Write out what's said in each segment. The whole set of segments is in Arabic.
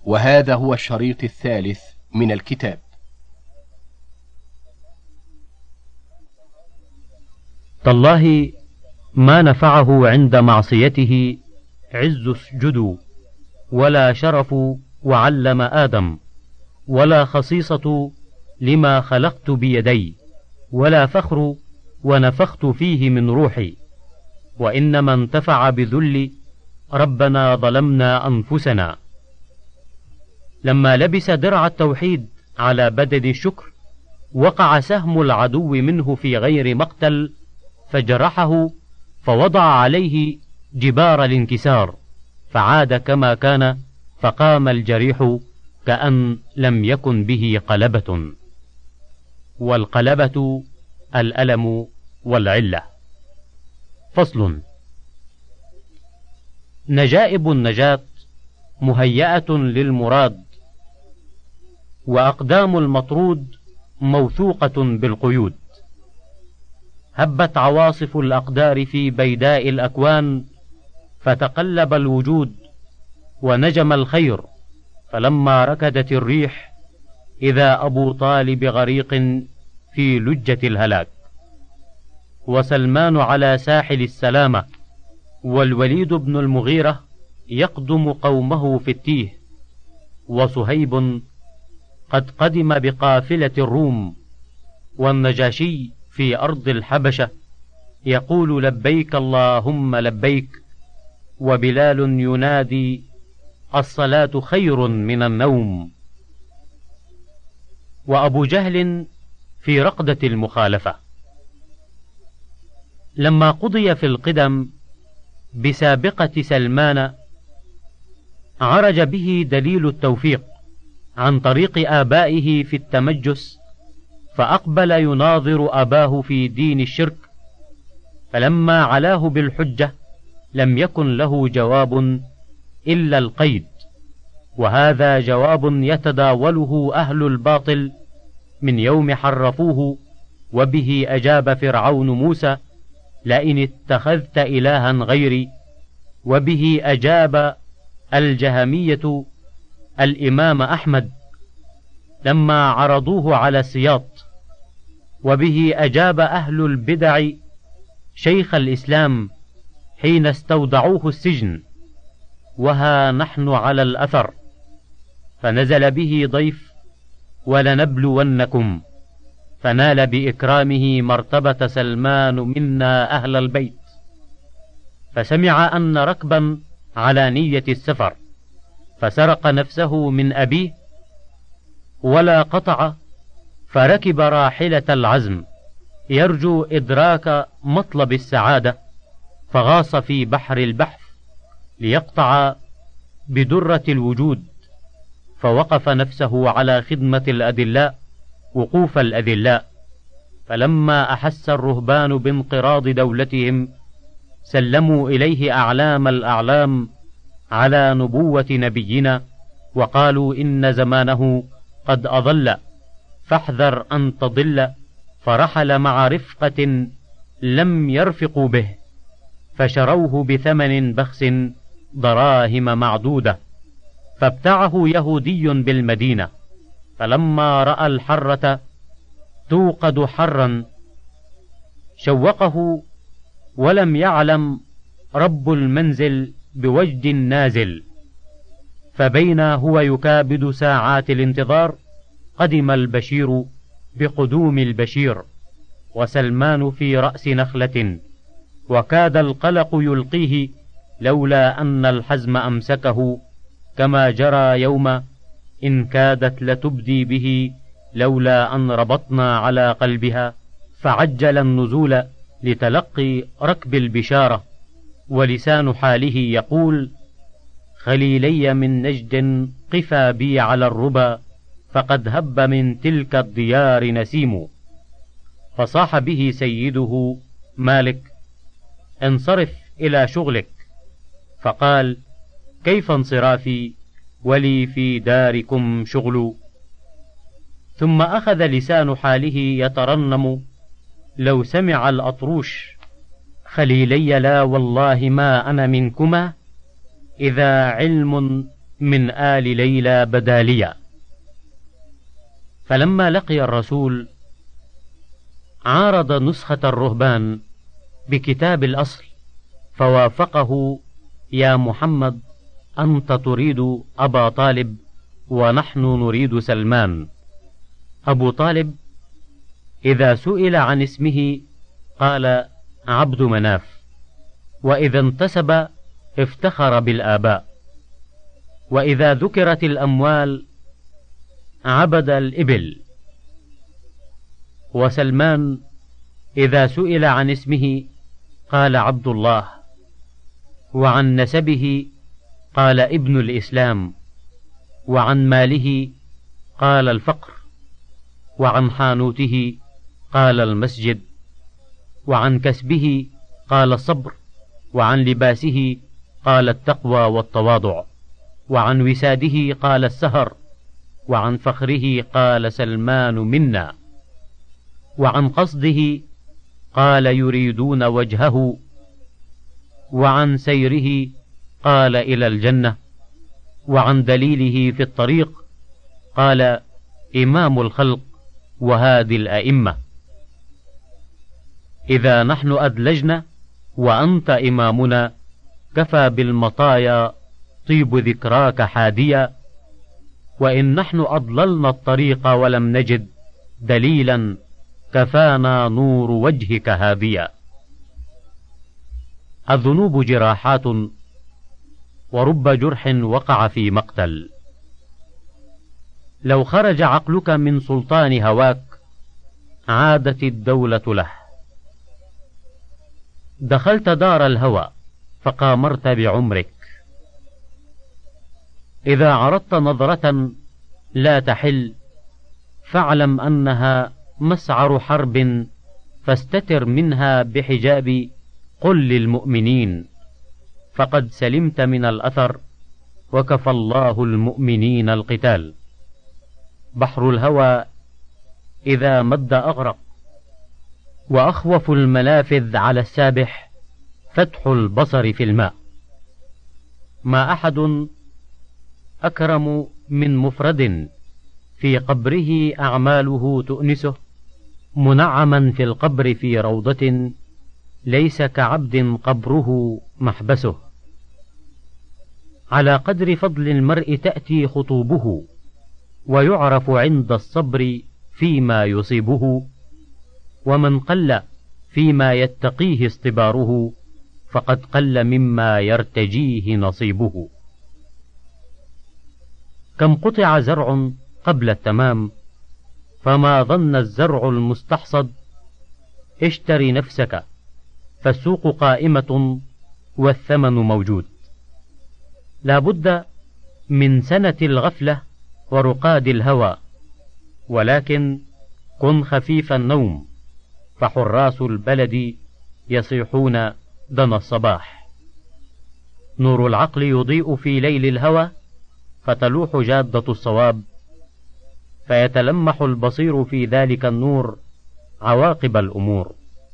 وهذا هو الشريط الثالث من الكتاب. تالله ما نفعه عند معصيته عز اسجدوا، ولا شرف وعلم آدم، ولا خصيصة لما خلقت بيدي، ولا فخر ونفخت فيه من روحي، وإنما انتفع بذل ربنا ظلمنا أنفسنا. لما لبس درع التوحيد على بدن الشكر وقع سهم العدو منه في غير مقتل فجرحه، فوضع عليه جبار الانكسار، فعاد كما كان، فقام الجريح كأن لم يكن به قلبة. والقلبة الألم والعلة. فصل. نجائب النجاة مهيئة للمراد، وأقدام المطرود موثوقة بالقيود. هبت عواصف الأقدار في بيداء الأكوان، فتقلب الوجود ونجم الخير، فلما ركدت الريح إذا أبو طالب غريق في لجة الهلاك، وسلمان على ساحل السلامة، والوليد بن المغيرة يقدم قومه في التيه، وصهيب قد قدم بقافلة الروم، والنجاشي في أرض الحبشة يقول لبيك اللهم لبيك، وبلال ينادي الصلاة خير من النوم. وأبو جهل في رقدة المخالفة. لما قضي في القدم بسابقة سلمان عرج به دليل التوفيق عن طريق آبائه في التمجس، فأقبل يناظر أباه في دين الشرك، فلما علاه بالحجة لم يكن له جواب إلا القيد، وهذا جواب يتداوله أهل الباطل من يوم حرفوه. وبه أجاب فرعون موسى لئن اتخذت إلها غيري، وبه أجاب الجهمية الإمام أحمد لما عرضوه على السياط، وبه أجاب أهل البدع شيخ الإسلام حين استودعوه السجن. وها نحن على الأثر، فنزل به ضيف ولنبلونكم، فنال بإكرامه مرتبة سلمان منا أهل البيت. فسمع أن ركبا على نية السفر، فسرق نفسه من أبيه ولا قطع، فركب راحلة العزم يرجو إدراك مطلب السعادة، فغاص في بحر البحث ليقطع بدرة الوجود، فوقف نفسه على خدمة الأدلاء وقوف الأذلاء. فلما أحس الرهبان بانقراض دولتهم سلموا إليه أعلام الأعلام على نبوة نبينا، وقالوا إن زمانه قد أضل، فاحذر أن تضل. فرحل مع رفقة لم يرفقوا به، فشروه بثمن بخس دراهم معدودة، فابتعه يهودي بالمدينة. فلما رأى الحرة توقد حرا شوقه، ولم يعلم رب المنزل بوجد نازل. فبينا هو يكابد ساعات الانتظار قدم البشير بقدوم البشير، وسلمان في رأس نخلة، وكاد القلق يلقيه لولا أن الحزم أمسكه، كما جرى يوم إن كادت لتبدي به لولا أن ربطنا على قلبها، فعجل النزول لتلقي ركب البشارة. ولسان حاله يقول خليلي من نجد قفا بي على الربا، فقد هب من تلك الديار نسيم. فصاح به سيده مالك انصرف إلى شغلك، فقال كيف انصرافي ولي في داركم شغل. ثم أخذ لسان حاله يترنم لو سمع الأطروش خليلي لا والله ما أنا منكما، إذا علم من آل ليلى بداليا. فلما لقي الرسول عارض نسخة الرهبان بكتاب الأصل فوافقه: يا محمد أنت تريد أبا طالب ونحن نريد سلمان. أبو طالب إذا سئل عن اسمه قال عبد مناف، وإذا انتسب افتخر بالآباء، وإذا ذكرت الأموال عبد الإبل. وسلمان إذا سئل عن اسمه قال عبد الله، وعن نسبه قال ابن الإسلام، وعن ماله قال الفقر، وعن حانوته قال المسجد، وعن كسبه قال الصبر، وعن لباسه قال التقوى والتواضع، وعن وساده قال السهر، وعن فخره قال سلمان منا، وعن قصده قال يريدون وجهه، وعن سيره قال إلى الجنة، وعن دليله في الطريق قال إمام الخلق وهادي الأئمة. إذا نحن أدلجنا وأنت إمامنا كفى بالمطايا طيب ذكراك حاديا، وإن نحن أضللنا الطريق ولم نجد دليلا كفانا نور وجهك هاديا. الذنوب جراحات، ورب جرح وقع في مقتل. لو خرج عقلك من سلطان هواك عادت الدولة له. دخلت دار الهوى فقامرت بعمرك. إذا عرضت نظرة لا تحل فاعلم أنها مسعر حرب، فاستتر منها بحجاب قل للمؤمنين، فقد سلمت من الأثر وكفى الله المؤمنين القتال. بحر الهوى إذا مد أغرق، وأخوف المنافذ على السابح فتح البصر في الماء. ما أحد أكرم من مفرد في قبره أعماله تؤنسه، منعما في القبر في روضة ليس كعبد قبره محبسه. على قدر فضل المرء تأتي خطوبه، ويعرف عند الصبر فيما يصيبه. ومن قل فيما يتقيه اصطباره فقد قل مما يرتجيه نصيبه. كم قطع زرع قبل التمام، فما ظن الزرع المستحصد. اشتري نفسك فالسوق قائمة والثمن موجود. لا بد من سنة الغفلة ورقاد الهوى، ولكن كن خفيف النوم، فحراس البلد يصيحون دنا الصباح. نور العقل يضيء في ليل الهوى، فتلوح جادة الصواب، فيتلمح البصير في ذلك النور عواقب الأمور.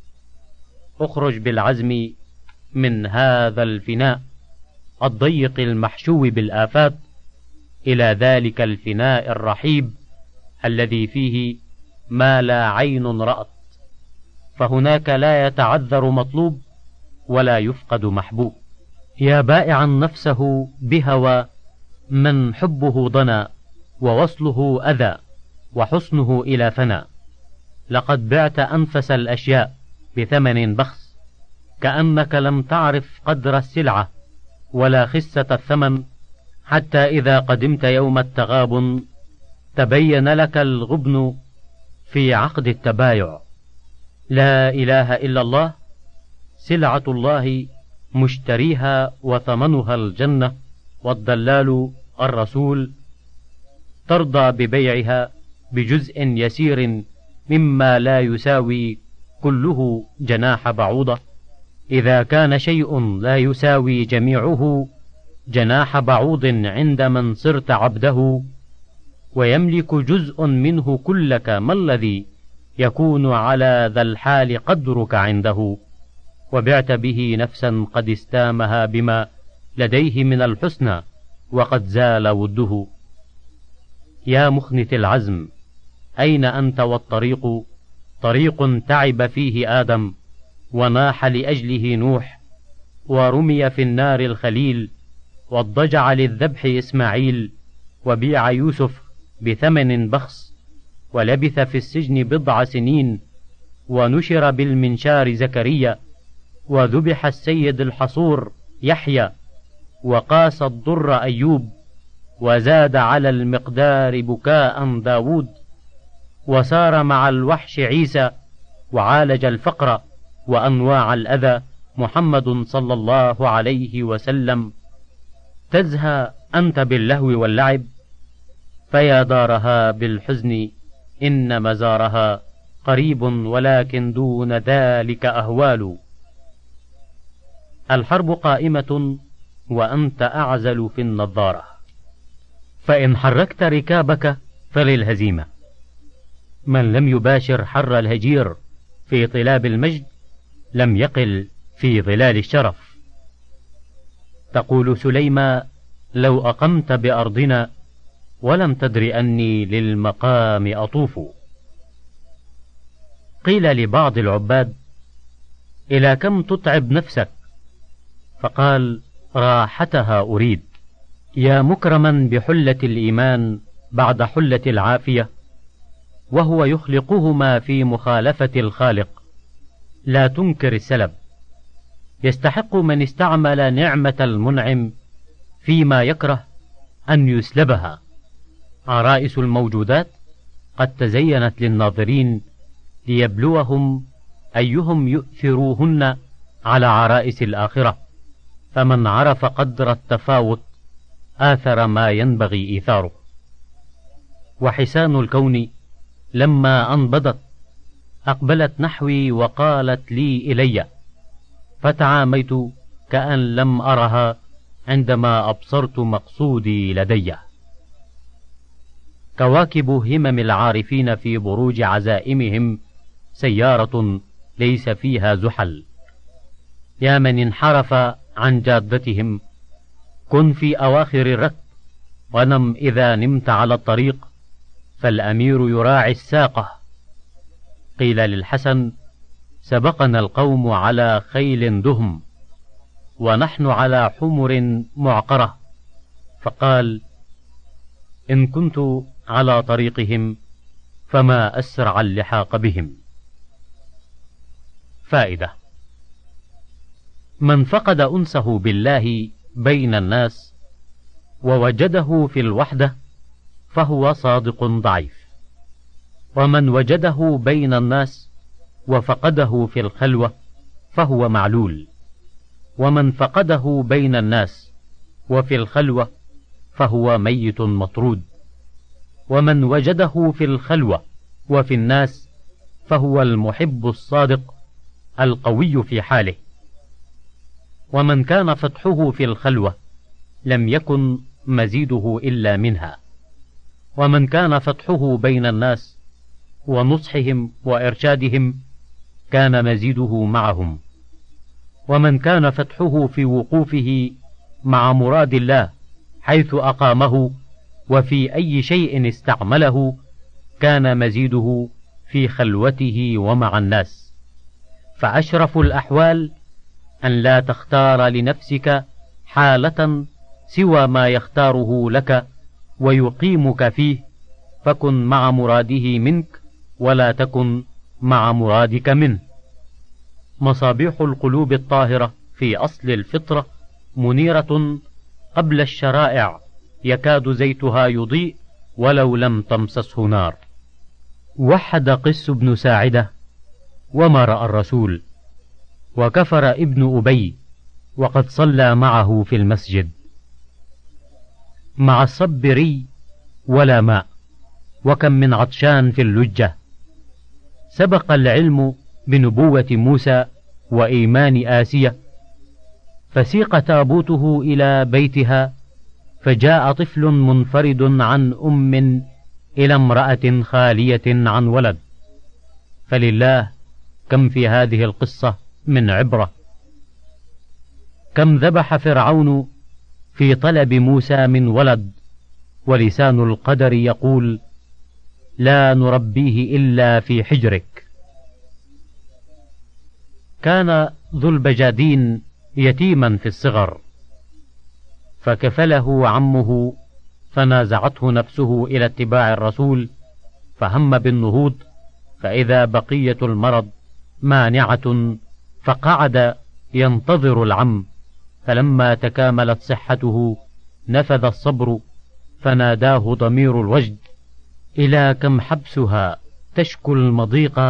اخرج بالعزم من هذا الفناء الضيق المحشو بالآفات إلى ذلك الفناء الرحيب الذي فيه ما لا عين رأت، فهناك لا يتعذر مطلوب ولا يفقد محبوب. يا بائعا نفسه بهوى من حبه ضنا، ووصله أذى، وحسنه إلى فنا. لقد بعت أنفس الأشياء بثمن بخس، كأنك لم تعرف قدر السلعة ولا خسة الثمن، حتى إذا قدمت يوم التغابن تبين لك الغبن في عقد التبايع. لا إله إلا الله سلعة الله مشتريها وثمنها الجنة، والدلال الرسول ترضى ببيعها بجزء يسير مما لا يساوي كله جناح بعوضة. إذا كان شيء لا يساوي جميعه جناح بعوض عند من صرت عبده، ويملك جزء منه كلك، ما الذي يكون على ذا الحال قدرك عنده؟ وبعت به نفسا قد استامها بما لديه من الحسنى، وقد زال وده. يا مخنث العزم، أين أنت والطريق؟ طريق تعب فيه آدم، وناح لأجله نوح، ورمي في النار الخليل، واضطجع للذبح إسماعيل، وبيع يوسف بثمن بخس، ولبث في السجن 10 سنين، ونشر بالمنشار زكريا، وذبح السيد الحصور يحيى، وقاس الضر أيوب، وزاد على المقدار بكاء داود، وسار مع الوحش عيسى، وعالج الفقر وأنواع الأذى محمد صلى الله عليه وسلم. تزهى أنت باللهو واللعب، فيا دارها بالحزن إن مزارها قريب، ولكن دون ذلك أهوال. الحرب قائمة وأنت أعزل في النظارة، فإن حركت ركابك فللهزيمة. من لم يباشر حر الهجير في طلاب المجد لم يقل في ظلال الشرف. تقول سليمى: لو أقمت بأرضنا، ولم تدر أني للمقام أطوف. قيل لبعض العباد: إلى كم تتعب نفسك؟ فقال: راحتها أريد. يا مكرما بحلة الإيمان بعد حلة العافية، وهو يخلقهما في مخالفة الخالق، لا تنكر السلب. يستحق من استعمل نعمة المنعم فيما يكره أن يسلبها. عرائس الموجودات قد تزينت للناظرين ليبلوهم أيهم يؤثروهن على عرائس الآخرة، فمن عرف قدر التفاوت آثر ما ينبغي إيثاره. وحسان الكون لما أنبضت أقبلت نحوي وقالت لي إلي، فتعاميت كأن لم أرها عندما أبصرت مقصودي لدي. كواكب همم العارفين في بروج عزائمهم سيارة ليس فيها زحل. يا من انحرف عن جادتهم، كن في أواخر الركب، ونم إذا نمت على الطريق، فالأمير يراعي الساقة. قيل للحسن: سبقنا القوم على خيل دهم، ونحن على حمر معقرة. فقال: إن كنت على طريقهم فما أسرع اللحاق بهم. فائدة: من فقد أنسه بالله بين الناس ووجده في الوحدة فهو صادق ضعيف، ومن وجده بين الناس وفقده في الخلوة فهو معلول، ومن فقده بين الناس وفي الخلوة فهو ميت مطرود، ومن وجده في الخلوة وفي الناس فهو المحب الصادق القوي في حاله. ومن كان فتحه في الخلوة لم يكن مزيده إلا منها، ومن كان فتحه بين الناس ونصحهم وإرشادهم كان مزيده معهم، ومن كان فتحه في وقوفه مع مراد الله حيث أقامه وفي أي شيء استعمله كان مزيده في خلوته ومع الناس. فأشرف الأحوال أن لا تختار لنفسك حالة سوى ما يختاره لك ويقيمك فيه، فكن مع مراده منك ولا تكن مع مرادك منه. مصابيح القلوب الطاهرة في أصل الفطرة منيرة قبل الشرائع، يكاد زيتها يضيء ولو لم تمسسه نار. وحد قس بن ساعدة وما رأى الرسول، وكفر ابن أبي وقد صلى معه في المسجد. مع الصب ري ولا ماء، وكم من عطشان في اللجة. سبق العلم بنبوة موسى وإيمان آسية، فسيق تابوته إلى بيتها، فجاء طفل منفرد عن أم إلى امرأة خالية عن ولد. فلله كم في هذه القصة من عبرة. كم ذبح فرعون في طلب موسى من ولد، ولسان القدر يقول: لا نربيه إلا في حجرك. كان ذو البجادين يتيما في الصغر، فكفله عمه، فنازعته نفسه إلى اتباع الرسول، فهم بالنهوض، فإذا بقية المرض مانعة، فقعد ينتظر العم، فلما تكاملت صحته نفذ الصبر، فناداه ضمير الوجد: إلى كم حبسها تشكو المضيق،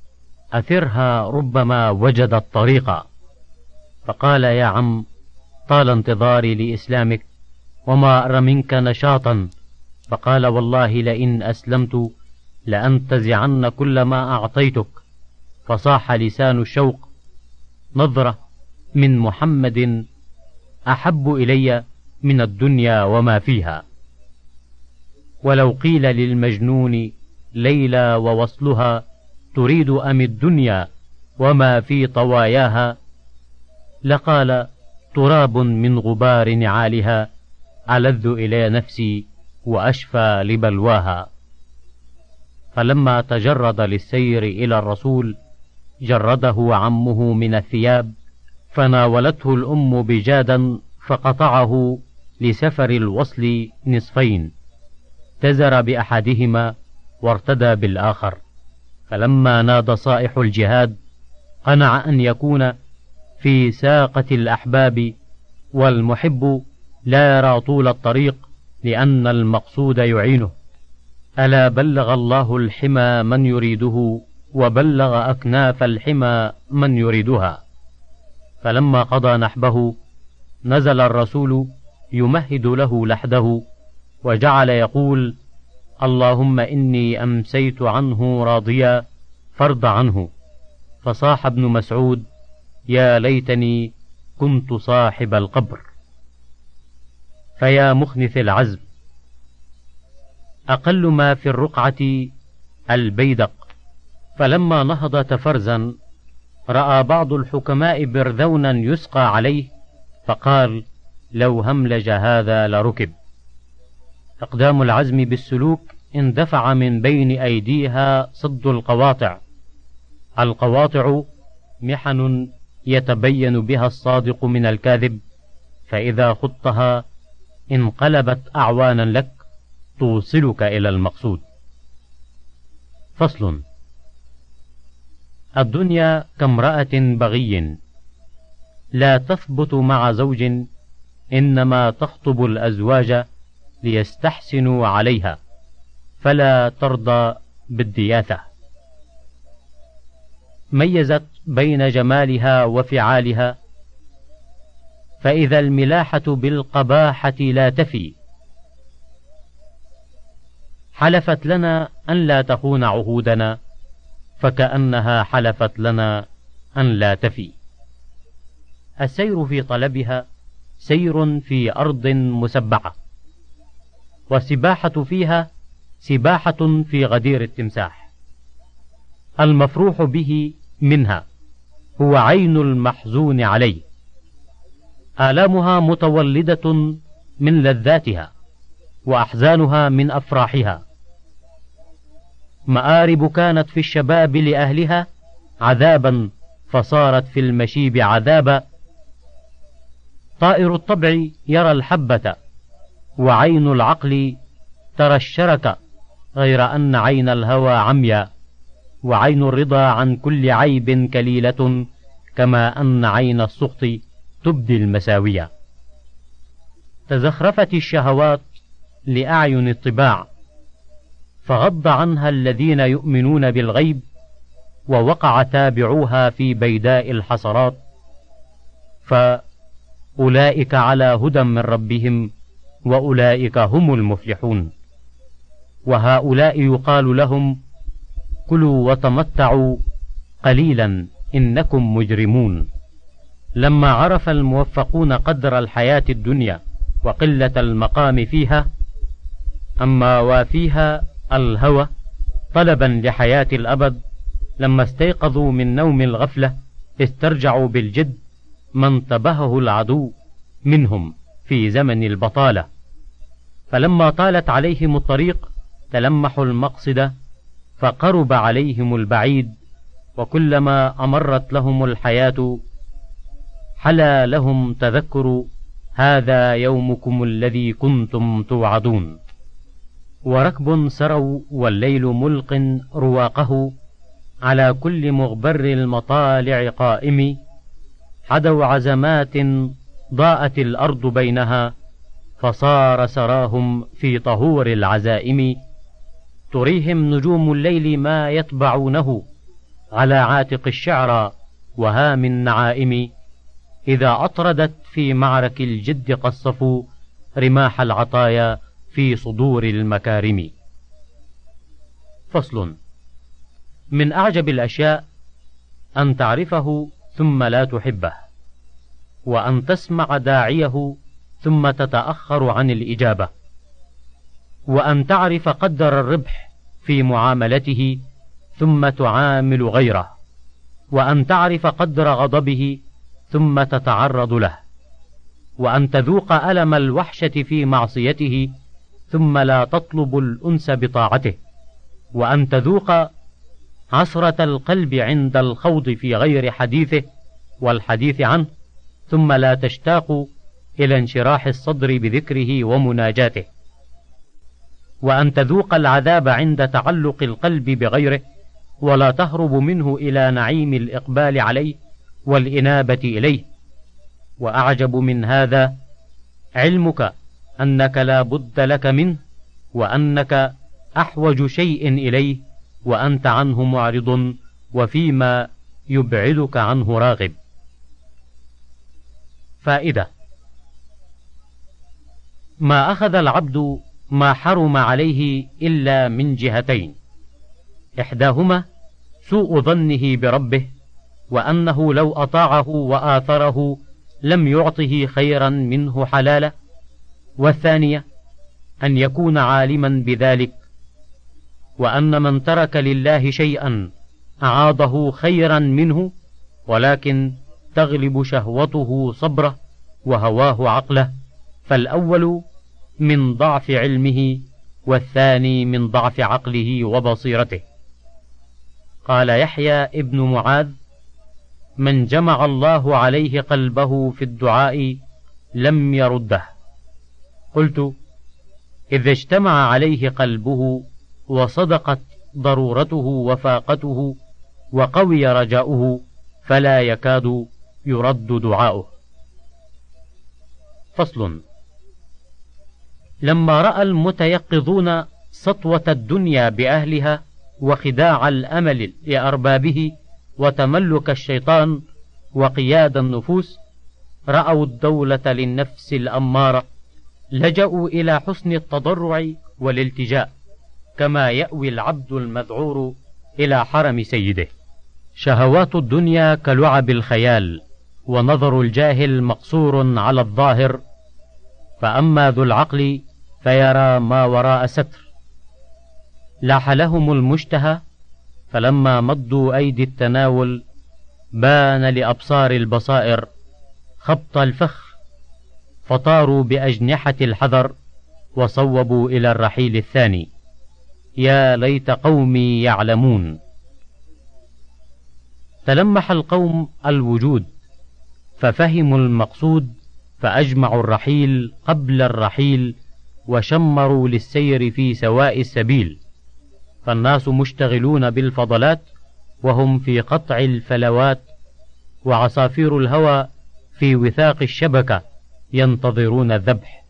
أثرها ربما وجدت طريقا. فقال: يا عم، طال انتظاري لإسلامك، وما أرى منك نشاطا. فقال: والله لئن أسلمت لأنتزعن كل ما أعطيتك. فصاح لسان الشوق: نظرة من محمد أحب إلي من الدنيا وما فيها. ولو قيل للمجنون ليلى ووصلها تريد أم الدنيا وما في طواياها، لقال: تراب من غبار نعالها ألذ إلى نفسي وأشفى لبلواها. فلما تجرد للسير إلى الرسول جرده عمه من الثياب، فناولته الأم بجادا فقطعه لسفر الوصل نصفين، تزر بأحدهما وارتدى بالآخر. فلما نادى صائح الجهاد قنع أن يكون في ساقة الأحباب، والمحب لا يرى طول الطريق لأن المقصود يعينه. ألا بلغ الله الحمى من يريده، وبلغ أكناف الحمى من يريدها. فلما قضى نحبه نزل الرسول يمهد له لحده، وجعل يقول: اللهم إني أمسيت عنه راضيا فارض عنه. فصاح ابن مسعود: يا ليتني كنت صاحب القبر. فيا مخنث العزم، أقل ما في الرقعة البيدق. فلما نهض تفرزا رأى بعض الحكماء برذونا يسقى عليه، فقال: لو هملج هذا لركب. إقدام العزم بالسلوك اندفع من بين أيديها صد القواطع. القواطع محن يتبين بها الصادق من الكاذب، فإذا خضتها انقلبت أعوانا لك توصلك إلى المقصود. فصل: الدنيا كامرأة بغي لا تثبت مع زوج، إنما تخطب الأزواج ليستحسنوا عليها، فلا ترضى بالدياثة. ميزت بين جمالها وفعالها، فإذا الملاحة بالقباحة لا تفي. حلفت لنا أن لا تخون عهودنا، فكأنها حلفت لنا أن لا تفي. السير في طلبها سير في أرض مسبعة، والسباحة فيها سباحة في غدير التمساح. المفروح به منها هو عين المحزون عليه، آلامها متولدة من لذاتها، وأحزانها من أفراحها. مآرب كانت في الشباب لأهلها عذابا، فصارت في المشيب عذابا. طائر الطبع يرى الحبة، وعين العقل ترى الشرك، غير أن عين الهوى عميا، وعين الرضا عن كل عيب كليلة، كما أن عين السخط تبدي المساوية. تزخرفت الشهوات لأعين الطباع، فغض عنها الذين يؤمنون بالغيب، ووقع تابعوها في بيداء الحسرات. فأولئك على هدى من ربهم، وأولئك هم المفلحون. وهؤلاء يقال لهم: كلوا وتمتعوا قليلا إنكم مجرمون. لما عرف الموفقون قدر الحياة الدنيا وقلة المقام فيها، أما وفيها الهوى طلبا لحياة الأبد، لما استيقظوا من نوم الغفلة استرجعوا بالجد ما انتبهه العدو منهم في في زمن البطالة، فلما طالت عليهم الطريق تلمحوا المقصد فقرب عليهم البعيد، وكلما أمرت لهم الحياة حلا لهم تذكر هذا يومكم الذي كنتم توعدون. وركب سروا والليل ملق رواقه على كل مغبر المطالع قائم، حدوا عزمات ضاءت الأرض بينها، فصار سراهم في طهور العزائم. تريهم نجوم الليل ما يتبعونه على عاتق الشعرى وهام النعائم، إذا أطردت في معرك الجد قصفوا رماح العطايا في صدور المكارم. فصل. من أعجب الأشياء أن تعرفه ثم لا تحبه، وأن تسمع داعيه ثم تتأخر عن الإجابة، وأن تعرف قدر الربح في معاملته ثم تعامل غيره، وأن تعرف قدر غضبه ثم تتعرض له، وأن تذوق ألم الوحشة في معصيته ثم لا تطلب الأنس بطاعته، وأن تذوق عصرة القلب عند الخوض في غير حديثه والحديث عنه ثم لا تشتاق إلى انشراح الصدر بذكره ومناجاته، وأن تذوق العذاب عند تعلق القلب بغيره ولا تهرب منه إلى نعيم الإقبال عليه والإنابة إليه. وأعجب من هذا علمك أنك لا بد لك منه، وأنك أحوج شيء إليه وأنت عنه معرض، وفيما يبعدك عنه راغب. فائدة: ما أخذ العبد ما حرم عليه إلا من جهتين: إحداهما سوء ظنه بربه، وأنه لو أطاعه وآثره لم يعطه خيرا منه حلالا، والثانية أن يكون عالما بذلك، وأن من ترك لله شيئا أعاضه خيرا منه، ولكن تغلب شهوته صبره وهواه عقله، فالأول من ضعف علمه والثاني من ضعف عقله وبصيرته. قال يحيى ابن معاذ: من جمع الله عليه قلبه في الدعاء لم يرده. قلت: إذا اجتمع عليه قلبه وصدقت ضرورته وفاقته وقوي رجاؤه فلا يكاد يرد دعاؤه. فصل. لما رأى المتيقظون سطوة الدنيا بأهلها وخداع الأمل لأربابه وتملك الشيطان وقياد النفوس، رأوا الدولة للنفس الأمارة، لجأوا إلى حسن التضرع والالتجاء، كما يأوي العبد المذعور إلى حرم سيده. شهوات الدنيا كلعب الخيال، ونظر الجاهل مقصور على الظاهر، فأما ذو العقل فيرى ما وراء ستر. لاح لهم المشتهى، فلما مضوا أيدي التناول بان لأبصار البصائر خبط الفخ، فطاروا بأجنحة الحذر وصوبوا إلى الرحيل الثاني. يا ليت قومي يعلمون. تلمح القوم الوجود ففهموا المقصود، فأجمعوا الرحيل قبل الرحيل، وشمروا للسير في سواء السبيل. فالناس مشتغلون بالفضلات وهم في قطع الفلوات، وعصافير الهوى في وثاق الشبكة ينتظرون الذبح.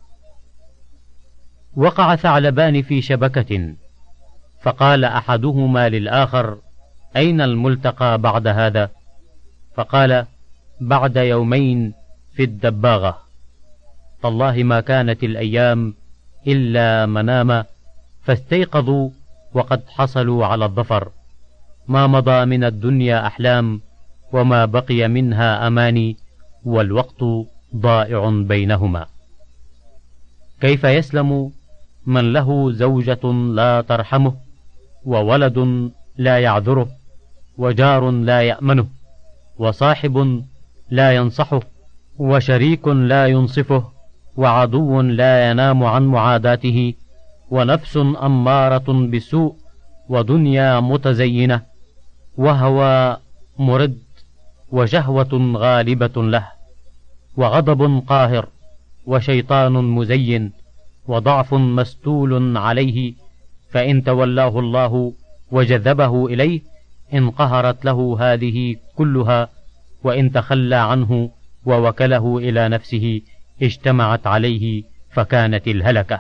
وقع ثعلبان في شبكة، فقال أحدهما للآخر: أين الملتقى بعد هذا؟ فقال: بعد يومين في الدباغة. تالله ما كانت الأيام إلا مناما، فاستيقظوا وقد حصلوا على الظفر. ما مضى من الدنيا أحلام، وما بقي منها أماني، والوقت ضائع بينهما. كيف يسلم من له زوجة لا ترحمه، وولد لا يعذره، وجار لا يأمنه، وصاحب لا ينصحه، وشريك لا ينصفه، وعدو لا ينام عن معاداته، ونفس أمارة بالسوء، ودنيا متزينة، وهوى مرد، وشهوة غالبة له، وغضب قاهر، وشيطان مزين، وضعف مستول عليه، فإن تولاه الله وجذبه إليه انقهرت له هذه كلها، وإن تخلى عنه ووكله إلى نفسه اجتمعت عليه فكانت الهلكة.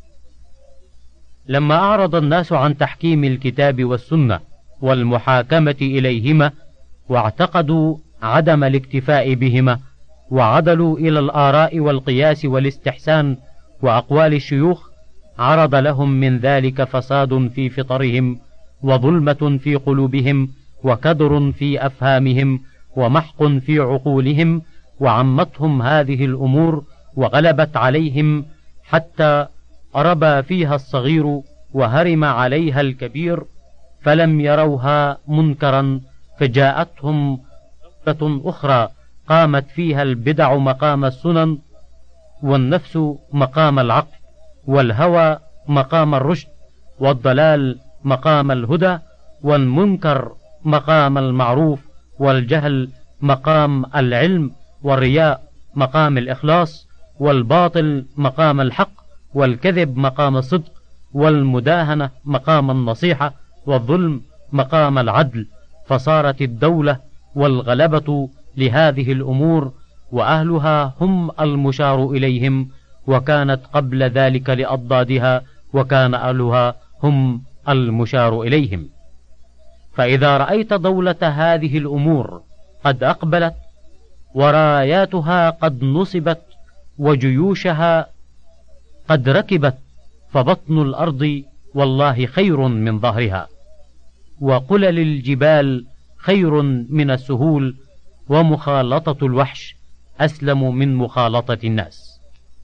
لما أعرض الناس عن تحكيم الكتاب والسنة والمحاكمة إليهما، واعتقدوا عدم الاكتفاء بهما، وعدلوا إلى الآراء والقياس والاستحسان وأقوال الشيوخ، عرض لهم من ذلك فساد في فطرهم، وظلمة في قلوبهم، وكدر في أفهامهم، ومحق في عقولهم، وعمتهم هذه الأمور وغلبت عليهم، حتى ربى فيها الصغير وهرم عليها الكبير، فلم يروها منكرا، فجاءتهم دولة أخرى قامت فيها البدع مقام السنن، والنفس مقام العقل، والهوى مقام الرشد، والضلال مقام الهدى، والمنكر مقام المعروف، والجهل مقام العلم، والرياء مقام الإخلاص، والباطل مقام الحق، والكذب مقام الصدق، والمداهنة مقام النصيحة، والظلم مقام العدل. فصارت الدولة والغلبة لهذه الأمور، وأهلها هم المشار إليهم، وكانت قبل ذلك لأضدادها، وكان أهلها هم المشار إليهم. فإذا رأيت دولة هذه الأمور قد أقبلت، وراياتها قد نصبت، وجيوشها قد ركبت، فبطن الأرض والله خير من ظهرها، وقلل الجبال خير من السهول، ومخالطة الوحش أسلم من مخالطة الناس.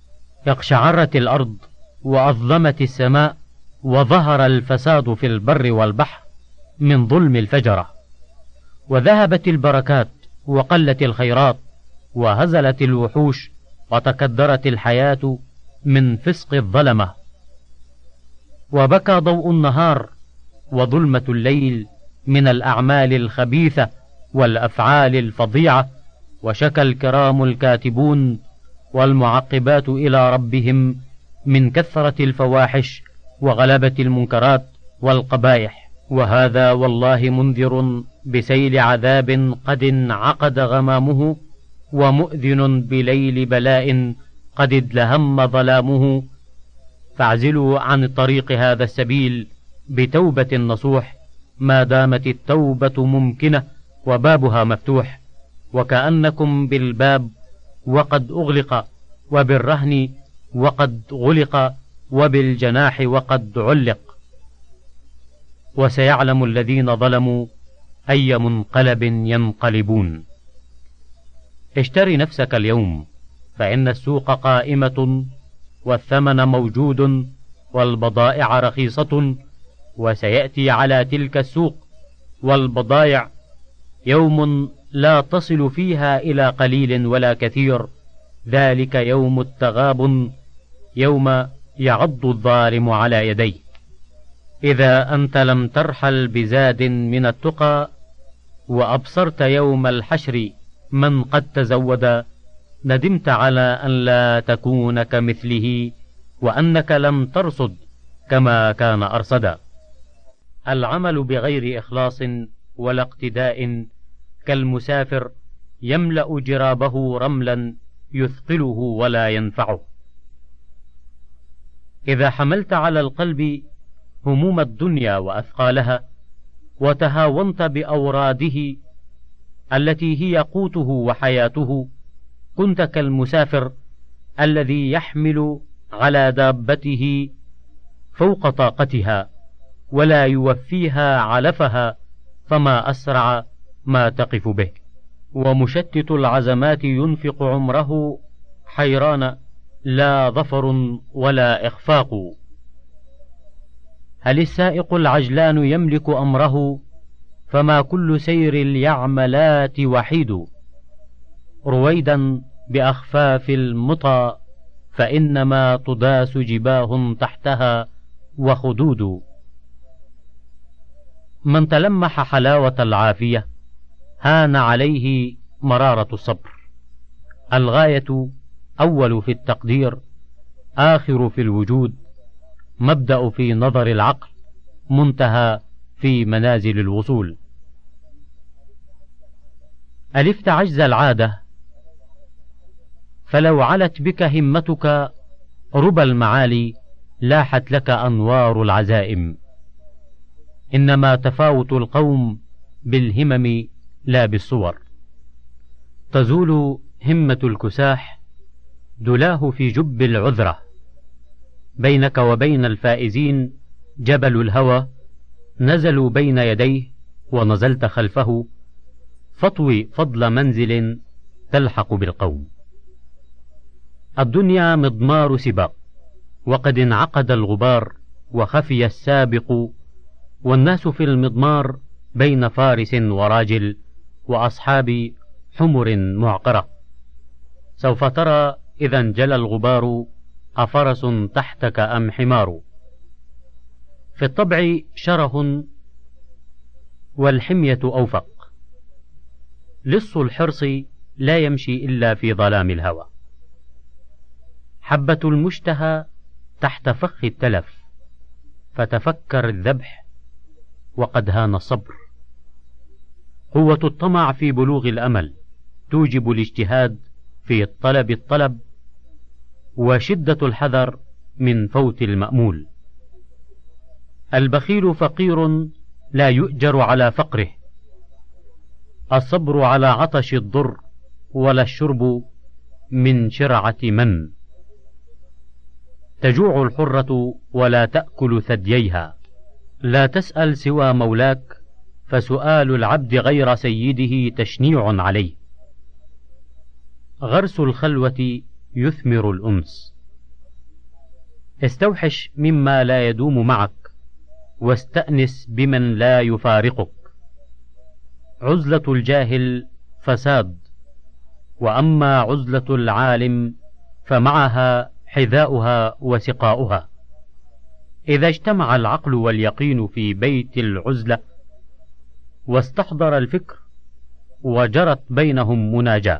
اقشعرت الأرض وأظلمت السماء، وظهر الفساد في البر والبحر من ظلم الفجرة، وذهبت البركات، وقلت الخيرات، وهزلت الوحوش، وتكدرت الحياة من فسق الظلمة، وبكى ضوء النهار وظلمة الليل من الأعمال الخبيثة والأفعال الفظيعة، وشكى الكرام الكاتبون والمعقبات إلى ربهم من كثرة الفواحش وغلبة المنكرات والقبائح. وهذا والله منذر بسيل عذاب قد انعقد غمامه، ومؤذن بليل بلاء قد ادلهم ظلامه. فاعزلوا عن طريق هذا السبيل بتوبة نصوح، ما دامت التوبة ممكنة وبابها مفتوح، وكأنكم بالباب وقد أغلق، وبالرهن وقد غلق، وبالجناح وقد علق. وسيعلم الذين ظلموا أي منقلب ينقلبون. اشتري نفسك اليوم، فإن السوق قائمة، والثمن موجود، والبضائع رخيصة، وسيأتي على تلك السوق والبضائع يوم لا تصل فيها إلى قليل ولا كثير، ذلك يوم التغابن، يوم يعض الظالم على يديه. إذا أنت لم ترحل بزاد من التقى، وأبصرت يوم الحشر من قد تزود، ندمت على أن لا تكون كمثله، وأنك لم ترصد كما كان أرصدا. العمل بغير إخلاص ولا اقتداء كالمسافر يملأ جرابه رملا يثقله ولا ينفعه. إذا حملت على القلب هموم الدنيا وأثقالها، وتهاونت بأوراده التي هي قوته وحياته، كنت كالمسافر الذي يحمل على دابته فوق طاقتها، ولا يوفيها علفها، فما أسرع ما تقف به. ومشتت العزمات ينفق عمره حيران، لا ظفر ولا إخفاق. هل السائق العجلان يملك أمره؟ فما كل سير اليعملات وحيد. رويدا بأخفاف المطى فإنما تداس جباه تحتها وخدود. من تلمح حلاوة العافية هان عليه مرارة الصبر. الغاية أول في التقدير، آخر في الوجود، مبدأ في نظر العقل، منتهى في منازل الوصول. ألفت عجز العادة، فلو علت بك همتك ربى المعالي لاحت لك أنوار العزائم. إنما تفاوت القوم بالهمم لا بالصور. تزول همة الكساح دلاه في جب العذرة. بينك وبين الفائزين جبل الهوى، نزلوا بين يديه ونزلت خلفه، فاطوي فضل منزل تلحق بالقوم. الدنيا مضمار سباق، وقد انعقد الغبار وخفي السابق، والناس في المضمار بين فارس وراجل وأصحاب حمر معقرة. سوف ترى إذا انجلى الغبار أفرس تحتك أم حمار. في الطبع شره والحمية أوفق. لص الحرص لا يمشي إلا في ظلام الهوى. حبة المشتهى تحت فخ التلف، فتفكر الذبح وقد هان الصبر. قوة الطمع في بلوغ الأمل توجب الاجتهاد في الطلب، وشدة الحذر من فوت المأمول. البخيل فقير لا يؤجر على فقره. الصبر على عطش الضر، ولا الشرب من شرعة من. تجوع الحرة ولا تأكل ثدييها. لا تسأل سوى مولاك، فسؤال العبد غير سيده تشنيع عليه. غرس الخلوة يثمر الأنس. استوحش مما لا يدوم معك، واستأنس بمن لا يفارقك. عزلة الجاهل فساد، وأما عزلة العالم فمعها حذاؤها وسقاؤها. إذا اجتمع العقل واليقين في بيت العزلة، واستحضر الفكر وجرت بينهم مناجاة،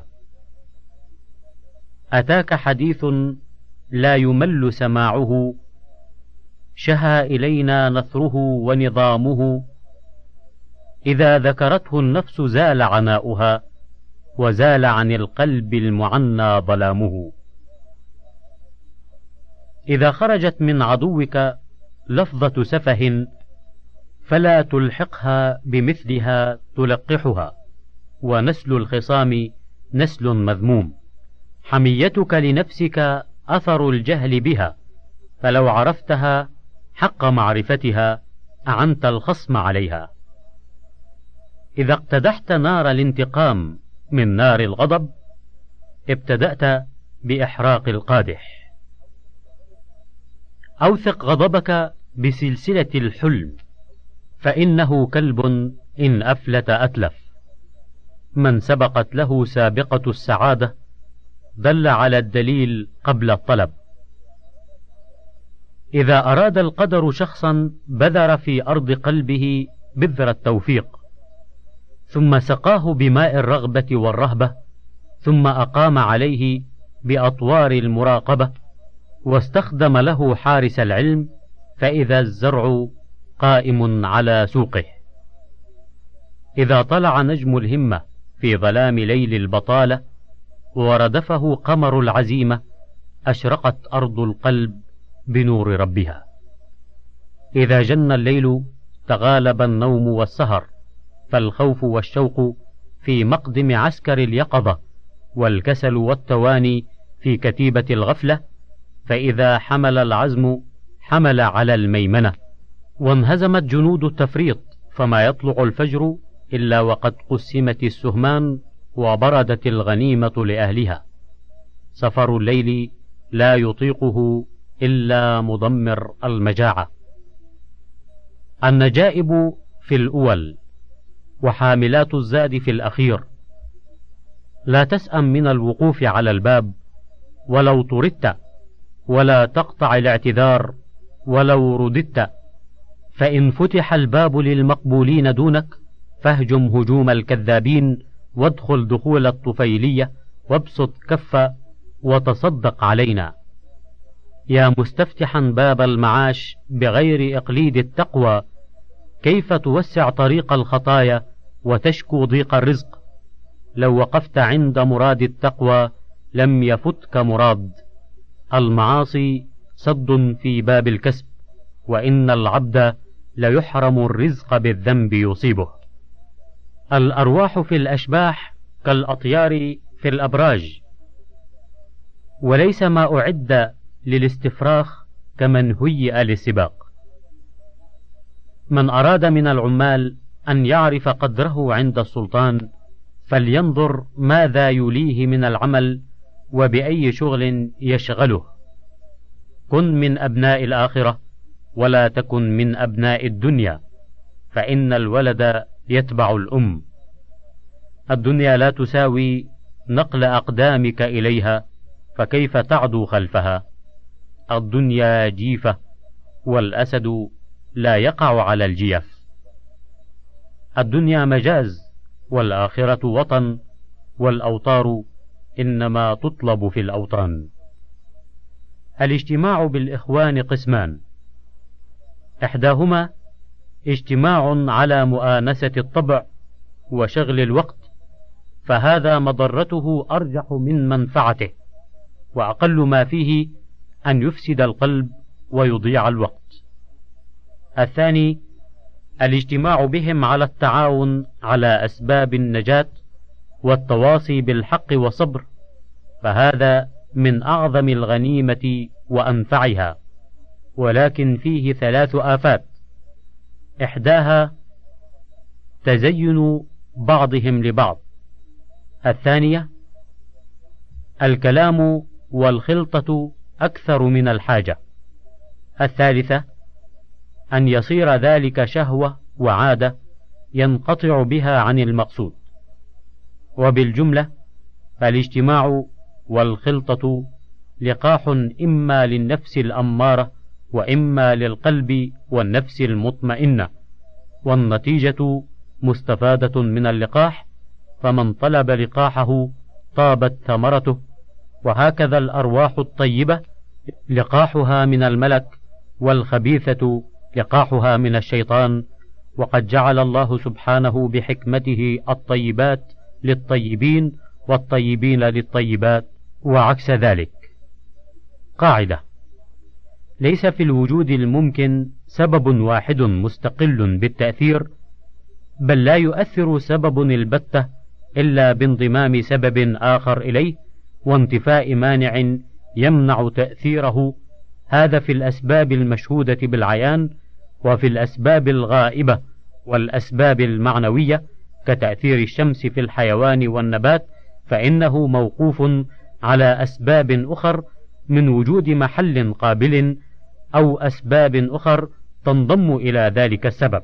أتاك حديث لا يمل سماعه، شهى إلينا نثره ونظامه. إذا ذكرته النفس زال عناؤها، وزال عن القلب المعنى ظلامه. إذا خرجت من عدوك لفظة سفه، فلا تلحقها بمثلها تلقحها، ونسل الخصام نسل مذموم. حميتك لنفسك أثر الجهل بها، فلو عرفتها حق معرفتها أعنت الخصم عليها. إذا اقتدحت نار الانتقام من نار الغضب، ابتدأت بإحراق القادح. أوثق غضبك بسلسلة الحلم، فإنه كلب إن أفلت أتلف. من سبقت له سابقة السعادة دل على الدليل قبل الطلب. إذا أراد القدر شخصا بذر في أرض قلبه بذر التوفيق، ثم سقاه بماء الرغبة والرهبة، ثم أقام عليه بأطوار المراقبة، واستخدم له حارس العلم، فإذا الزرع قائم على سوقه. إذا طلع نجم الهمة في ظلام ليل البطالة، وردفه قمر العزيمة، أشرقت أرض القلب بنور ربها. إذا جن الليل تغالب النوم والسهر، فالخوف والشوق في مقدم عسكر اليقظة، والكسل والتواني في كتيبة الغفلة. فإذا حمل العزم حمل على الميمنة، وانهزمت جنود التفريط، فما يطلع الفجر إلا وقد قسمت السهمان، وبردت الغنيمة لأهلها. سفر الليل لا يطيقه إلا مضمر المجاعة. النجائب في الأول، وحاملات الزاد في الأخير. لا تسأم من الوقوف على الباب، ولو طردت ولا تقطع الاعتذار ولو رددت، فإن فتح الباب للمقبولين دونك فاهجم هجوم الكذابين، وادخل دخول الطفيلية، وابسط كف وتصدق علينا. يا مستفتحا باب المعاش بغير إقليد التقوى، كيف توسع طريق الخطايا وتشكو ضيق الرزق؟ لو وقفت عند مراد التقوى لم يفتك مراد. المعاصي صد في باب الكسب، وإن العبد ليحرم الرزق بالذنب يصيبه. الأرواح في الأشباح كالأطيار في الأبراج، وليس ما أعد للاستفراخ كمن هيئ للسباق. من أراد من العمال أن يعرف قدره عند السلطان فلينظر ماذا يليه من العمل وبأي شغل يشغله. كن من أبناء الآخرة ولا تكن من أبناء الدنيا، فإن الولد يتبع الأم. الدنيا لا تساوي نقل أقدامك إليها، فكيف تعدو خلفها؟ الدنيا جيفة، والأسد لا يقع على الجيف. الدنيا مجاز، والآخرة وطن، والأوطار إنما تطلب في الأوطان. الاجتماع بالإخوان قسمان: إحداهما اجتماع على مؤانسة الطبع وشغل الوقت، فهذا مضرته أرجح من منفعته، وأقل ما فيه أن يفسد القلب ويضيع الوقت. الثاني الاجتماع بهم على التعاون على أسباب النجاة والتواصي بالحق والصبر، فهذا من أعظم الغنيمة وأنفعها، ولكن فيه 3 آفات: إحداها تزين بعضهم لبعض، الثانية الكلام والخلطة أكثر من الحاجة، الثالثة أن يصير ذلك شهوة وعادة ينقطع بها عن المقصود. وبالجملة فالاجتماع والخلطة لقاح إما للنفس الأمارة وإما للقلب والنفس المطمئنة، والنتيجة مستفادة من اللقاح، فمن طلب لقاحه طابت ثمرته. وهكذا الأرواح الطيبة لقاحها من الملك، والخبيثة لقاحها من الشيطان. وقد جعل الله سبحانه بحكمته الطيبات للطيبين والطيبين للطيبات، وعكس ذلك. قاعدة: ليس في الوجود الممكن سبب واحد مستقل بالتأثير، بل لا يؤثر سبب البتة إلا بانضمام سبب آخر إليه وانتفاء مانع يمنع تأثيره. هذا في الأسباب المشهودة بالعيان، وفي الأسباب الغائبة والأسباب المعنوية كتأثير الشمس في الحيوان والنبات، فإنه موقوف على أسباب أخر من وجود محل قابل أو أسباب أخر تنضم إلى ذلك السبب.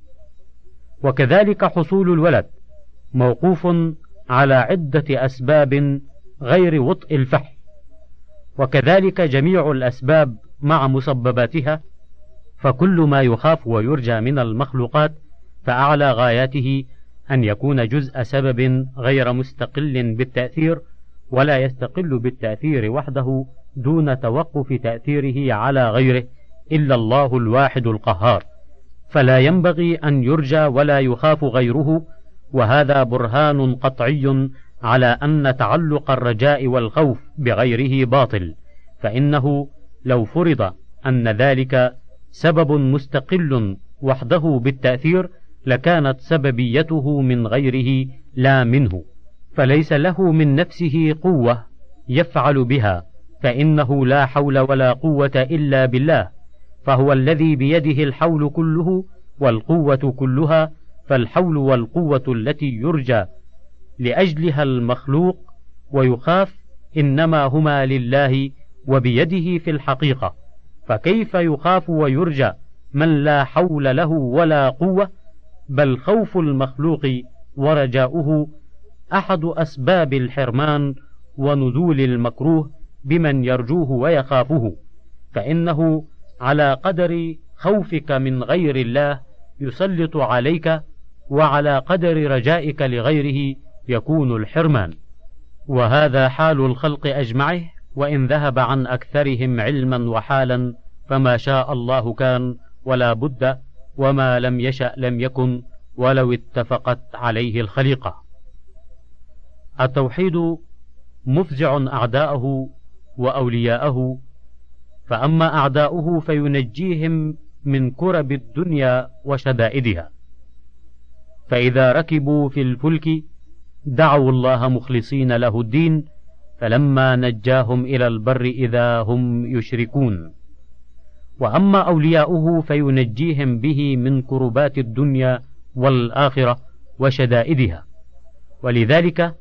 وكذلك حصول الولد موقوف على عدة أسباب غير وطء الفحل، وكذلك جميع الأسباب مع مسبباتها. فكل ما يخاف ويرجى من المخلوقات فأعلى غاياته أن يكون جزء سبب غير مستقل بالتأثير، ولا يستقل بالتأثير وحده دون توقف تأثيره على غيره إلا الله الواحد القهار، فلا ينبغي أن يرجى ولا يخاف غيره. وهذا برهان قطعي على أن تعلق الرجاء والخوف بغيره باطل، فإنه لو فرض أن ذلك سبب مستقل وحده بالتأثير لكانت سببيته من غيره لا منه، فليس له من نفسه قوة يفعل بها، فإنه لا حول ولا قوة إلا بالله، فهو الذي بيده الحول كله والقوة كلها. فالحول والقوة التي يرجى لأجلها المخلوق ويخاف إنما هما لله وبيده في الحقيقة، فكيف يخاف ويرجى من لا حول له ولا قوة؟ بل خوف المخلوق ورجاؤه أحد أسباب الحرمان ونزول المكروه، بمن يرجوه ويخافه، فإنه على قدر خوفك من غير الله يسلط عليك، وعلى قدر رجائك لغيره يكون الحرمان. وهذا حال الخلق أجمعه، وإن ذهب عن أكثرهم علما وحالا فما شاء الله كان ولا بد، وما لم يشأ لم يكن ولو اتفقت عليه الخليقة. التوحيد مفزع أعداءه وأولياءه، فأما أعداؤه فينجيهم من كرب الدنيا وشدائدها، فإذا ركبوا في الفلك دعوا الله مخلصين له الدين، فلما نجاهم إلى البر إذا هم يشركون. وأما أولياؤه فينجيهم به من كربات الدنيا والآخرة وشدائدها، ولذلك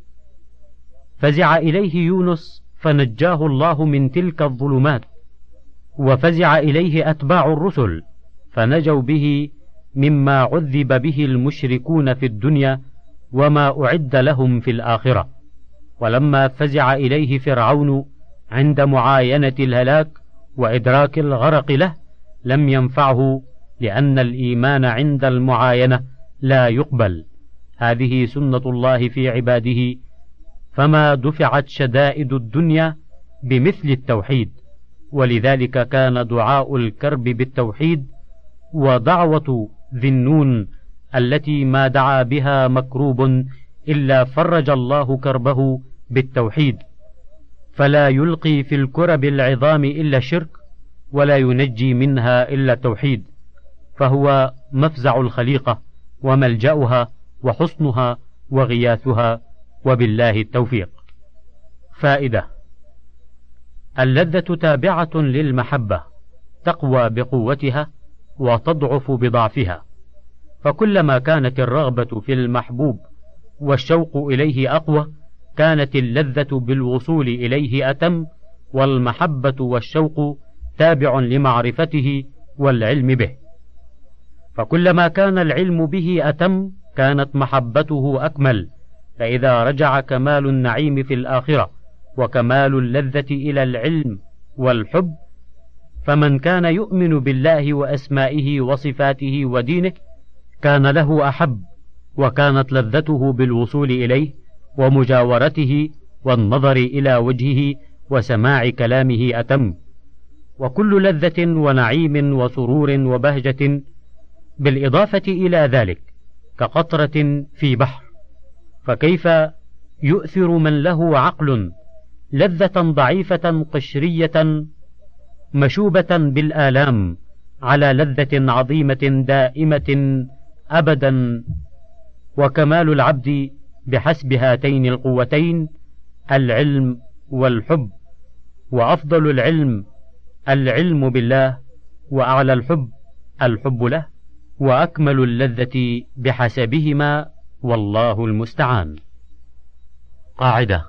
فزع إليه يونس فنجاه الله من تلك الظلمات، وفزع إليه أتباع الرسل فنجوا به مما عذب به المشركون في الدنيا وما أعد لهم في الآخرة. ولما فزع إليه فرعون عند معاينة الهلاك وإدراك الغرق له لم ينفعه، لأن الإيمان عند المعاينة لا يقبل. هذه سنة الله في عباده، فما دفعت شدائد الدنيا بمثل التوحيد، ولذلك كان دعاء الكرب بالتوحيد، ودعوة ذي النون التي ما دعا بها مكروب إلا فرج الله كربه بالتوحيد، فلا يلقي في الكرب العظام إلا الشرك، ولا ينجي منها إلا التوحيد، فهو مفزع الخليقة وملجأها وحصنها وغياثها، وبالله التوفيق. فائدة: اللذة تابعة للمحبة، تقوى بقوتها وتضعف بضعفها، فكلما كانت الرغبة في المحبوب والشوق إليه أقوى كانت اللذة بالوصول إليه أتم، والمحبة والشوق تابع لمعرفته والعلم به، فكلما كان العلم به أتم كانت محبته أكمل، فإذا رجع كمال النعيم في الآخرة وكمال اللذة إلى العلم والحب، فمن كان يؤمن بالله وأسمائه وصفاته ودينه كان له أحب، وكانت لذته بالوصول إليه ومجاورته والنظر إلى وجهه وسماع كلامه أتم. وكل لذة ونعيم وسرور وبهجة بالإضافة إلى ذلك كقطرة في بحر، فكيف يؤثر من له عقل لذة ضعيفة قشرية مشوبة بالآلام على لذة عظيمة دائمة أبدا؟ وكمال العبد بحسب هاتين القوتين العلم والحب، وأفضل العلم العلم بالله، وأعلى الحب الحب له، وأكمل اللذة بحسبهما، والله المستعان. قاعدة: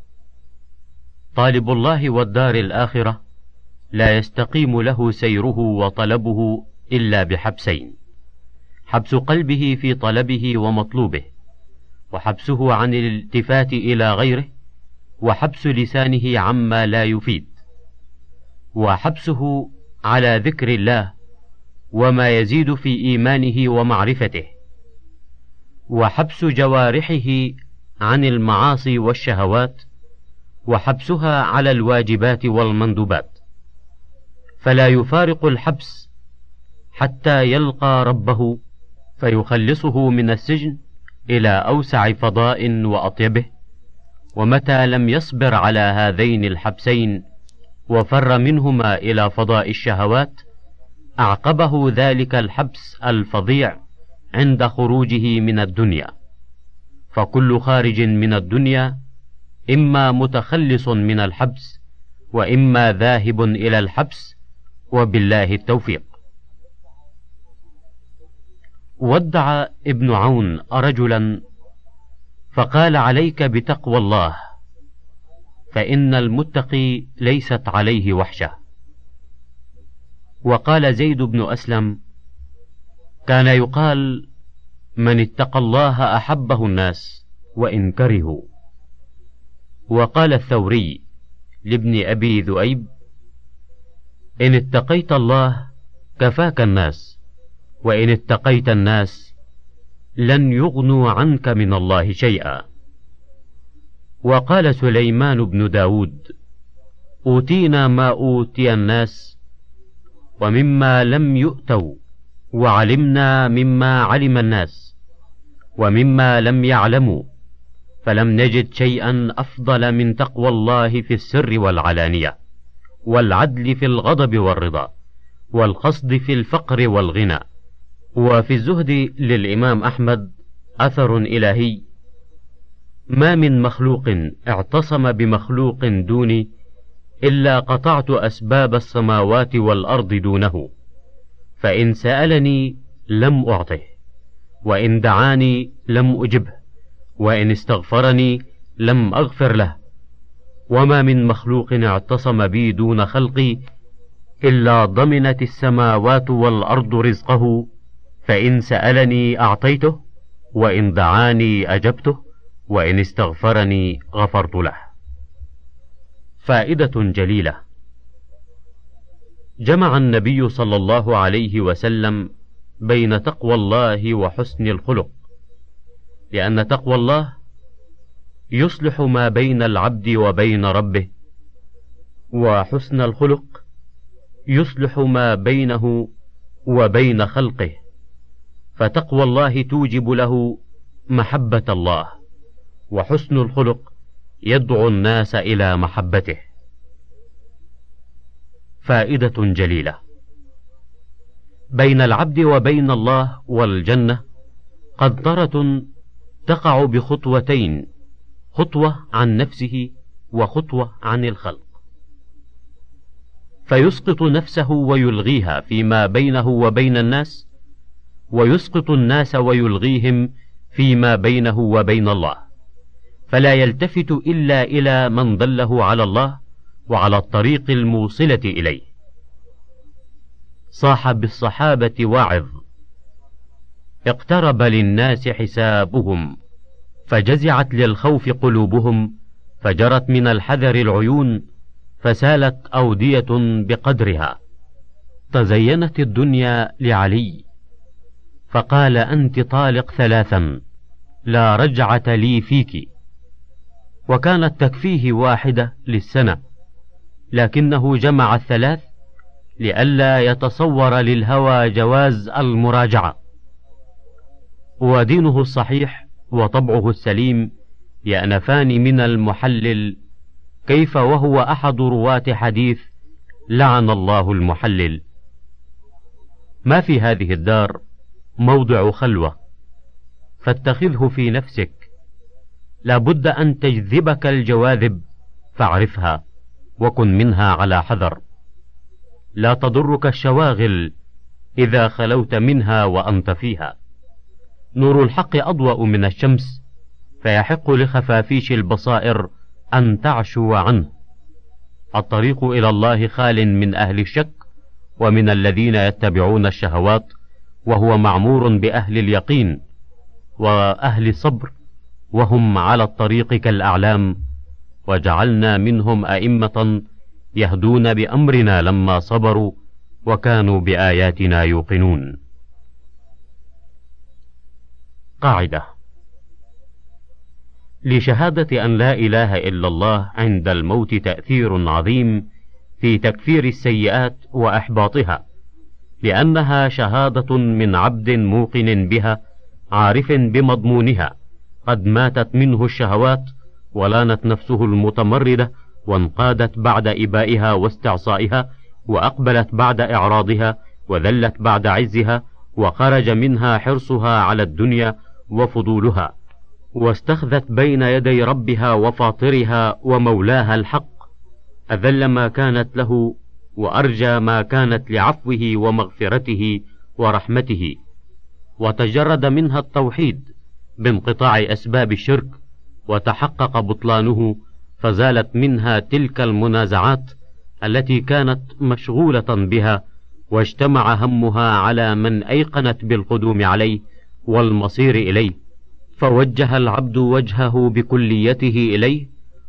طالب الله والدار الآخرة لا يستقيم له سيره وطلبه إلا بحبسين: حبس قلبه في طلبه ومطلوبه، وحبسه عن الالتفات إلى غيره، وحبس لسانه عما لا يفيد، وحبسه على ذكر الله وما يزيد في إيمانه ومعرفته، وحبس جوارحه عن المعاصي والشهوات، وحبسها على الواجبات والمندوبات، فلا يفارق الحبس حتى يلقى ربه فيخلصه من السجن إلى أوسع فضاء وأطيبه. ومتى لم يصبر على هذين الحبسين وفر منهما إلى فضاء الشهوات أعقبه ذلك الحبس الفظيع عند خروجه من الدنيا، فكل خارج من الدنيا إما متخلص من الحبس وإما ذاهب إلى الحبس، وبالله التوفيق. ودع ابن عون رجلا فقال: عليك بتقوى الله، فإن المتقي ليست عليه وحشة. وقال زيد بن أسلم: كان يقال: من اتقى الله أحبه الناس وإن كرهوا. وقال الثوري: لابن أبي ذؤيب: إن اتقيت الله كفاك الناس، وإن اتقيت الناس لن يغنوا عنك من الله شيئا. وقال سليمان بن داود: أوتينا ما أوتي الناس ومما لم يؤتوا، وعلمنا مما علم الناس ومما لم يعلموا، فلم نجد شيئا أفضل من تقوى الله في السر والعلانية، والعدل في الغضب والرضا، والقصد في الفقر والغنى. وفي الزهد للإمام أحمد أثر إلهي: ما من مخلوق اعتصم بمخلوق دوني إلا قطعت أسباب السماوات والأرض دونه، فإن سألني لم أعطه، وإن دعاني لم أجبه، وإن استغفرني لم أغفر له. وما من مخلوق اعتصم بي دون خلقي إلا ضمنت السماوات والأرض رزقه، فإن سألني أعطيته، وإن دعاني أجبته، وإن استغفرني غفرت له. فائدة جليلة: جمع النبي صلى الله عليه وسلم بين تقوى الله وحسن الخلق، لأن تقوى الله يصلح ما بين العبد وبين ربه، وحسن الخلق يصلح ما بينه وبين خلقه. فتقوى الله توجب له محبة الله، وحسن الخلق يدعو الناس إلى محبته. فائدة جليلة: بين العبد وبين الله والجنة قنطرة تقع بخطوتين، خطوة عن نفسه وخطوة عن الخلق، فيسقط نفسه ويلغيها فيما بينه وبين الناس، ويسقط الناس ويلغيهم فيما بينه وبين الله، فلا يلتفت إلا إلى من دله على الله وعلى الطريق الموصلة إليه. صاح بالصحابة واعظ: اقترب للناس حسابهم، فجزعت للخوف قلوبهم، فجرت من الحذر العيون، فسالت أودية بقدرها. تزينت الدنيا لعلي، فقال: أنت طالق 3 لا رجعة لي فيك. وكانت تكفيه 1 للسنة، لكنه جمع 3 لئلا يتصور للهوى جواز المراجعة. ودينه الصحيح وطبعه السليم يأنفان من المحلل، كيف وهو أحد رواة حديث لعن الله المحلل. ما في هذه الدار موضع خلوة، فاتخذه في نفسك، لا بد أن تجذبك الجواذب، فاعرفها وكن منها على حذر. لا تضرك الشواغل إذا خلوت منها وأنت فيها. نور الحق أضوأ من الشمس، فيحق لخفافيش البصائر أن تعشو عنه. الطريق إلى الله خال من أهل الشك ومن الذين يتبعون الشهوات، وهو معمور بأهل اليقين وأهل الصبر، وهم على الطريق كالأعلام، وجعلنا منهم أئمة يهدون بأمرنا لما صبروا وكانوا بآياتنا يوقنون. قاعدة: لشهادة أن لا إله إلا الله عند الموت تأثير عظيم في تكفير السيئات وإحباطها، لأنها شهادة من عبد موقن بها عارف بمضمونها، قد ماتت منه الشهوات ولانت نفسه المتمردة، وانقادت بعد إبائها واستعصائها، وأقبلت بعد إعراضها، وذلت بعد عزها، وخرج منها حرصها على الدنيا وفضولها، واستخذت بين يدي ربها وفاطرها ومولاها الحق، أذل ما كانت له وأرجى ما كانت لعفوه ومغفرته ورحمته، وتجرد منها التوحيد بانقطاع أسباب الشرك، وتحقق بطلانه، فزالت منها تلك المنازعات التي كانت مشغولة بها، واجتمع همها على من أيقنت بالقدوم عليه والمصير إليه، فوجه العبد وجهه بكليته إليه،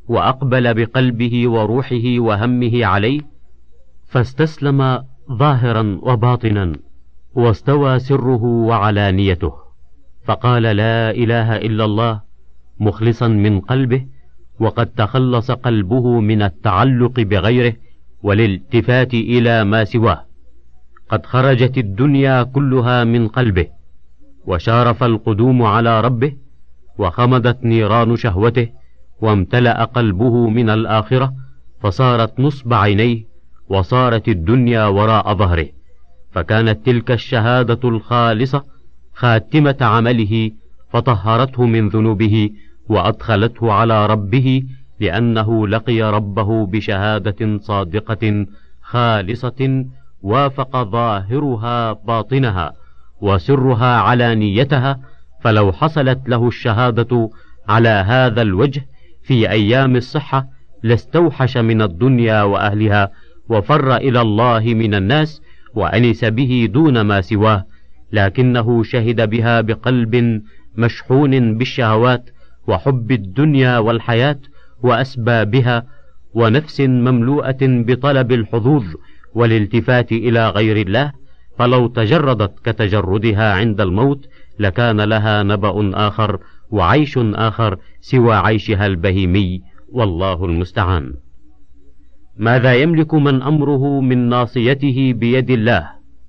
وأقبل بقلبه وروحه وهمه عليه، فاستسلم ظاهرا وباطنا، واستوى سره وعلانيته، فقال لا إله إلا الله مخلصا من قلبه، وقد تخلص قلبه من التعلق بغيره والالتفات إلى ما سواه. قد خرجت الدنيا كلها من قلبه، وشارف القدوم على ربه، وخمدت نيران شهوته، وامتلأ قلبه من الآخرة، فصارت نصب عينيه، وصارت الدنيا وراء ظهره، فكانت تلك الشهادة الخالصة خاتمة عمله، فطهرته من ذنوبه وأدخلته على ربه، لأنه لقي ربه بشهادة صادقة خالصة وافق ظاهرها باطنها وسرها علانيتها. فلو حصلت له الشهادة على هذا الوجه في أيام الصحة لاستوحش من الدنيا وأهلها، وفر إلى الله من الناس، وأنس به دون ما سواه، لكنه شهد بها بقلب مشحون بالشهوات وحب الدنيا والحياة وأسبابها، ونفس مملوءة بطلب الحظوظ والالتفات إلى غير الله، فلو تجردت كتجردها عند الموت لكان لها نبأ آخر وعيش آخر سوى عيشها البهيمي، والله المستعان. ماذا يملك من أمره من ناصيته بيد الله،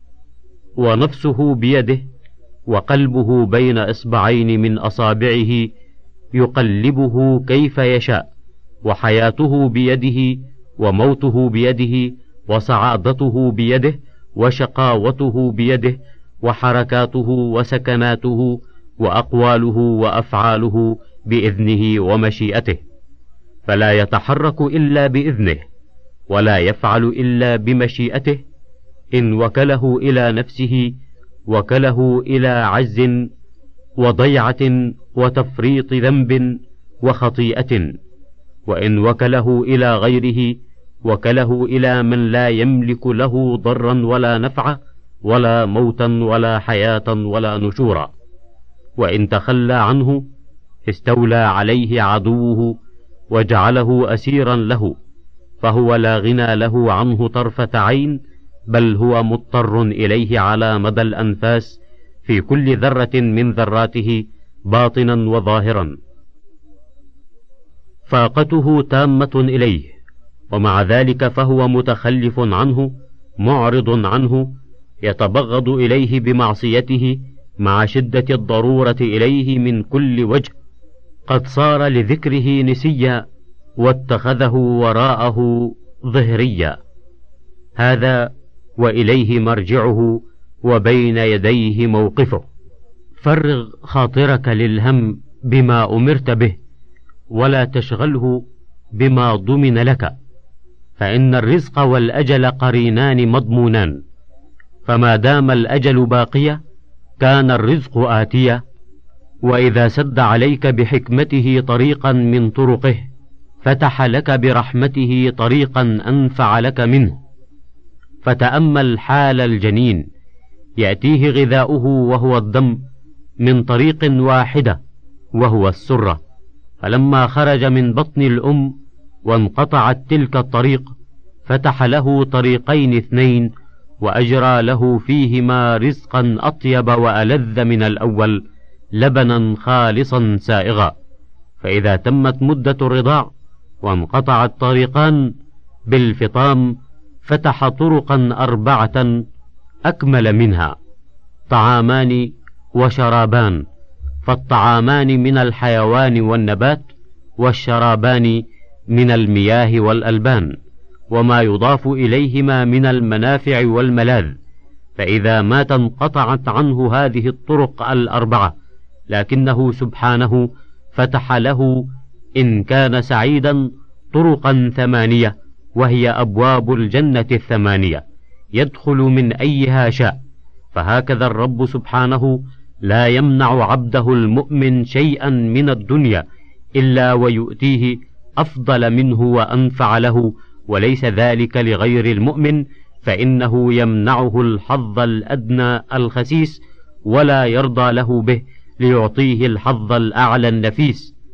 ونفسه بيده، وقلبه بين إصبعين من أصابعه يقلبه كيف يشاء، وحياته بيده، وموته بيده، وسعادته بيده، وشقاوته بيده، وحركاته وسكناته وأقواله وأفعاله بإذنه ومشيئته، فلا يتحرك إلا بإذنه، ولا يفعل إلا بمشيئته. إن وكله إلى نفسه وكله إلى عجز وضيعة وتفريط ذنب وخطيئة، وإن وكله إلى غيره وكله إلى من لا يملك له ضرا ولا نفعا ولا موتا ولا حياة ولا نشورا. وإن تخلى عنه استولى عليه عدوه وجعله أسيرا له، فهو لا غنى له عنه طرفة عين، بل هو مضطر إليه على مدى الأنفاس في كل ذرة من ذراته باطنا وظاهرا. فاقته تامة إليه، ومع ذلك فهو متخلف عنه، معرض عنه، يتبغض إليه بمعصيته مع شدة الضرورة إليه من كل وجه، قد صار لذكره نسيا، واتخذه وراءه ظهريا. هذا وإليه مرجعه، وبين يديه موقفه. فرغ خاطرك للهم بما أمرت به، ولا تشغله بما ضمن لك، فإن الرزق والأجل قرينان مضمونان، فما دام الأجل باقيا كان الرزق آتيا. وإذا سد عليك بحكمته طريقا من طرقه فتح لك برحمته طريقا أنفع لك منه. فتأمل حال الجنين، يأتيه غذاؤه وهو الدم من طريق واحدة وهو السرة، فلما خرج من بطن الأم وانقطعت تلك الطريق فتح له طريقين اثنين، وأجرى له فيهما رزقا أطيب وألذ من الأول، لبنا خالصا سائغا. فإذا تمت مدة الرضاع وانقطع الطريقان بالفطام فتح طرقا 4 أكمل منها، طعامان وشرابان، فالطعامان من الحيوان والنبات، والشرابان من المياه والألبان، وما يضاف إليهما من المنافع والملاذ. فإذا مات انقطعت عنه هذه الطرق 4، لكنه سبحانه فتح له إن كان سعيدا طرقا 8، وهي أبواب الجنة 8، يدخل من أيها شاء. فهكذا الرب سبحانه لا يمنع عبده المؤمن شيئا من الدنيا إلا ويؤتيه أفضل منه وأنفع له، وليس ذلك لغير المؤمن، فإنه يمنعه الحظ الأدنى الخسيس ولا يرضى له به ليعطيه الحظ الأعلى النفيس.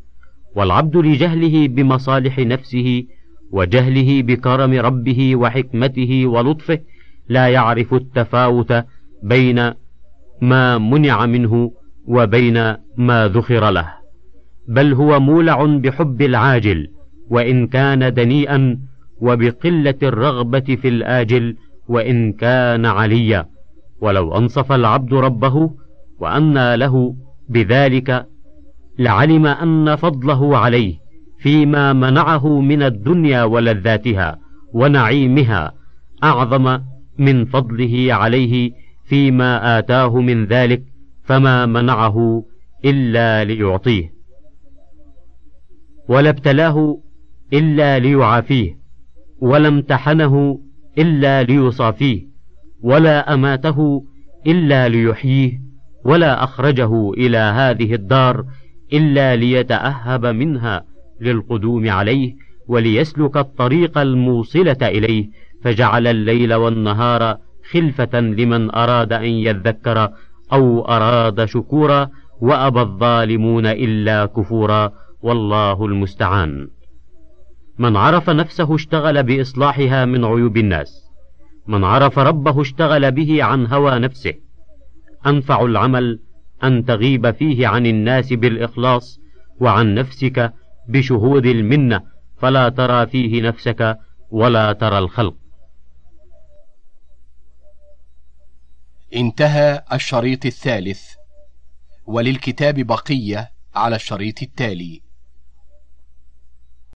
والعبد لجهله بمصالح نفسه وجهله بكرم ربه وحكمته ولطفه لا يعرف التفاوت بين ما منع منه وبين ما ذخر له، بل هو مولع بحب العاجل وإن كان دنيئا، وبقلة الرغبة في الآجل وإن كان عليا. ولو أنصف العبد ربه وأنى له بذلك لعلم أن فضله عليه فيما منعه من الدنيا ولذاتها ونعيمها أعظم من فضله عليه فيما آتاه من ذلك، فما منعه إلا ليعطيه، ولا ابتلاه إلا ليعافيه، ولا امتحنه إلا ليصافيه، ولا أماته إلا ليحييه، ولا أخرجه إلى هذه الدار إلا ليتأهب منها للقدوم عليه وليسلك الطريق الموصلة إليه، فجعل الليل والنهار خلفة لمن أراد أن يذكر أو أراد شكورا، وأبى الظالمون إلا كفورا، والله المستعان. من عرف نفسه اشتغل بإصلاحها من عيوب الناس، من عرف ربه اشتغل به عن هوى نفسه. أنفع العمل أن تغيب فيه عن الناس بالإخلاص، وعن نفسك بشهود المنة، فلا ترى فيه نفسك ولا ترى الخلق. انتهى الشريط الثالث، وللكتاب بقية على الشريط التالي.